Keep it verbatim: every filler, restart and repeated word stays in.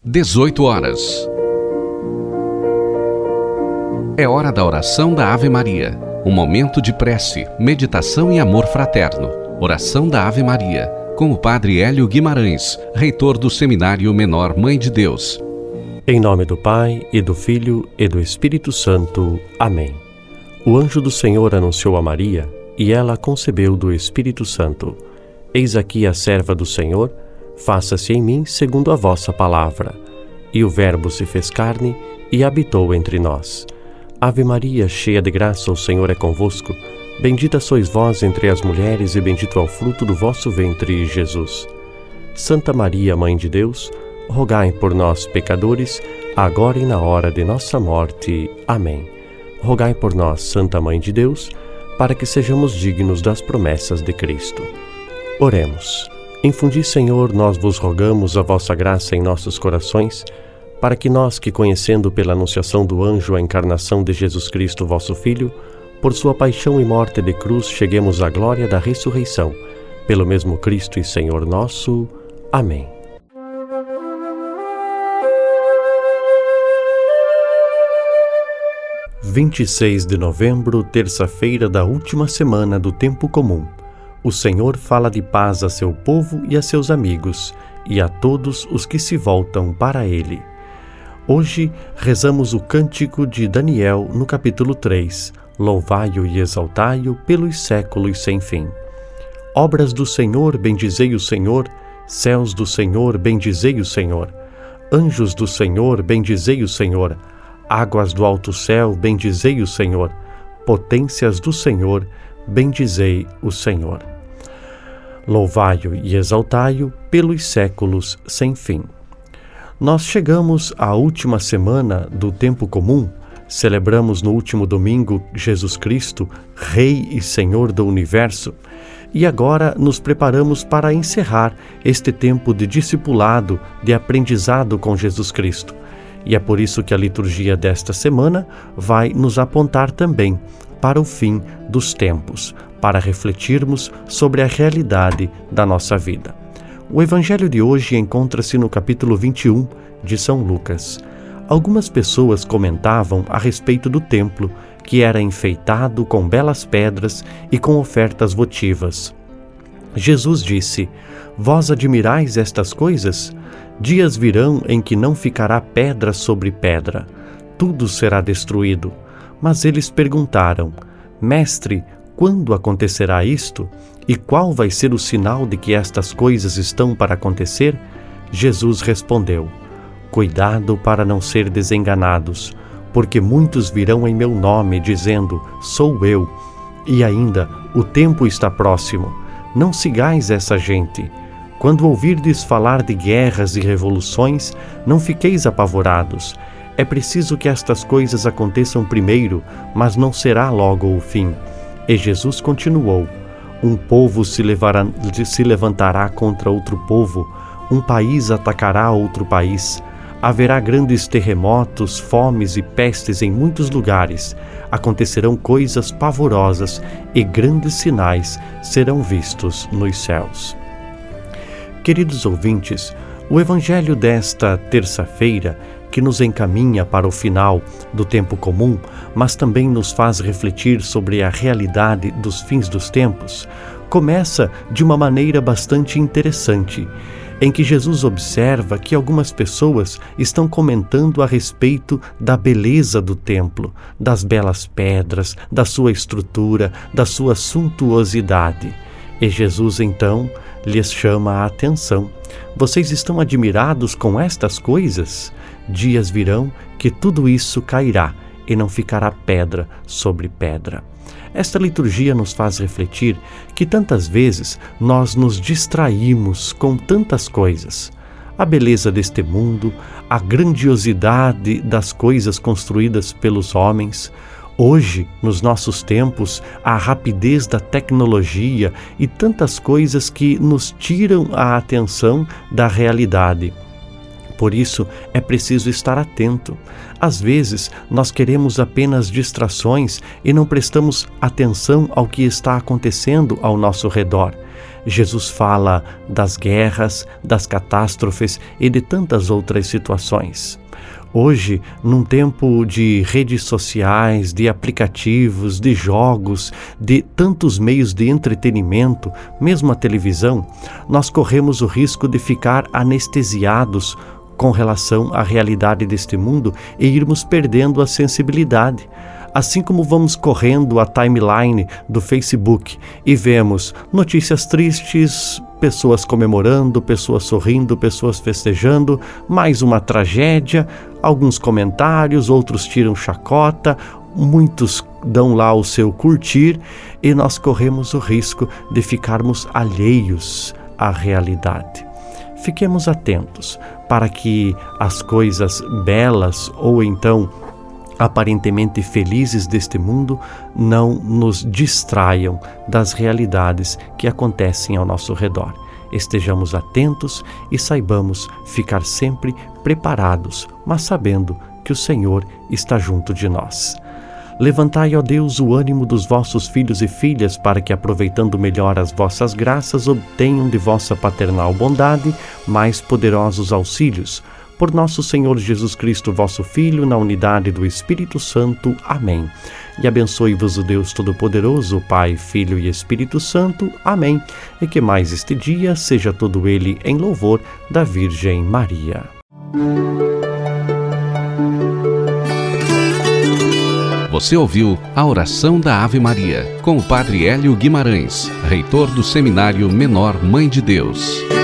dezoito horas. É hora da oração da Ave Maria. Um momento de prece, meditação e amor fraterno. Oração da Ave Maria, com o Padre Hélio Guimarães, reitor do Seminário Menor Mãe de Deus. Em nome do Pai, e do Filho, e do Espírito Santo. Amém. O anjo do Senhor anunciou a Maria, e ela concebeu do Espírito Santo. Eis aqui a serva do Senhor, faça-se em mim segundo a vossa palavra. E o Verbo se fez carne e habitou entre nós. Ave Maria, cheia de graça, o Senhor é convosco. Bendita sois vós entre as mulheres, e bendito é o fruto do vosso ventre, Jesus. Santa Maria, Mãe de Deus, rogai por nós, pecadores, agora e na hora de nossa morte. Amém. Rogai por nós, Santa Mãe de Deus, para que sejamos dignos das promessas de Cristo. Oremos. Infundi, Senhor, nós vos rogamos a vossa graça em nossos corações, para que nós, que conhecendo pela anunciação do anjo a encarnação de Jesus Cristo, vosso Filho, por sua paixão e morte de cruz, cheguemos à glória da ressurreição. Pelo mesmo Cristo e Senhor nosso. Amém. vinte e seis de novembro, terça-feira da última semana do tempo comum. O Senhor fala de paz a seu povo e a seus amigos, e a todos os que se voltam para Ele. Hoje rezamos o cântico de Daniel no capítulo três, Louvai-o e exaltai-o pelos séculos sem fim. Obras do Senhor, bendizei o Senhor, céus do Senhor, bendizei o Senhor, anjos do Senhor, bendizei o Senhor, águas do alto céu, bendizei o Senhor, potências do Senhor, bendizei o Senhor. Louvai-o e exaltai-o pelos séculos sem fim. Nós chegamos à última semana do tempo comum, celebramos no último domingo Jesus Cristo, Rei e Senhor do Universo, e agora nos preparamos para encerrar este tempo de discipulado, de aprendizado com Jesus Cristo. E é por isso que a liturgia desta semana vai nos apontar também para o fim dos tempos, para refletirmos sobre a realidade da nossa vida. O evangelho de hoje encontra-se no capítulo vinte e um de São Lucas. Algumas pessoas comentavam a respeito do templo, que era enfeitado com belas pedras e com ofertas votivas. Jesus disse: Vós admirais estas coisas? Dias virão em que não ficará pedra sobre pedra, tudo será destruído. Mas eles perguntaram: Mestre, quando acontecerá isto? E qual vai ser o sinal de que estas coisas estão para acontecer? Jesus respondeu: Cuidado para não ser desenganados, porque muitos virão em meu nome, dizendo: Sou eu. E ainda, o tempo está próximo. Não sigais essa gente. Quando ouvirdes falar de guerras e revoluções, não fiqueis apavorados. É preciso que estas coisas aconteçam primeiro, mas não será logo o fim. E Jesus continuou: Um povo se, levará, se levantará contra outro povo, um país atacará outro país. Haverá grandes terremotos, fomes e pestes em muitos lugares. Acontecerão coisas pavorosas e grandes sinais serão vistos nos céus. Queridos ouvintes, o evangelho desta terça-feira, que nos encaminha para o final do tempo comum, mas também nos faz refletir sobre a realidade dos fins dos tempos, começa de uma maneira bastante interessante, em que Jesus observa que algumas pessoas estão comentando a respeito da beleza do templo, das belas pedras, da sua estrutura, da sua suntuosidade. E Jesus, então, lhes chama a atenção. Vocês estão admirados com estas coisas? Dias virão que tudo isso cairá e não ficará pedra sobre pedra. Esta liturgia nos faz refletir que tantas vezes nós nos distraímos com tantas coisas. A beleza deste mundo, a grandiosidade das coisas construídas pelos homens. Hoje, nos nossos tempos, a rapidez da tecnologia e tantas coisas que nos tiram a atenção da realidade. Por isso, é preciso estar atento. Às vezes, nós queremos apenas distrações e não prestamos atenção ao que está acontecendo ao nosso redor. Jesus fala das guerras, das catástrofes e de tantas outras situações. Hoje, num tempo de redes sociais, de aplicativos, de jogos, de tantos meios de entretenimento, mesmo a televisão, nós corremos o risco de ficar anestesiados com relação à realidade deste mundo e irmos perdendo a sensibilidade. Assim como vamos correndo a timeline do Facebook e vemos notícias tristes, pessoas comemorando, pessoas sorrindo, pessoas festejando, mais uma tragédia, alguns comentários, outros tiram chacota, muitos dão lá o seu curtir e nós corremos o risco de ficarmos alheios à realidade. Fiquemos atentos para que as coisas belas ou então aparentemente felizes deste mundo não nos distraiam das realidades que acontecem ao nosso redor. Estejamos atentos e saibamos ficar sempre preparados, mas sabendo que o Senhor está junto de nós. Levantai, ó Deus, o ânimo dos vossos filhos e filhas, para que, aproveitando melhor as vossas graças, obtenham de vossa paternal bondade mais poderosos auxílios. Por nosso Senhor Jesus Cristo, vosso Filho, na unidade do Espírito Santo. Amém. E abençoe-vos o Deus Todo-Poderoso, Pai, Filho e Espírito Santo. Amém. E que mais este dia seja todo ele em louvor da Virgem Maria. Você ouviu a oração da Ave Maria, com o Padre Hélio Guimarães, reitor do Seminário Menor Mãe de Deus.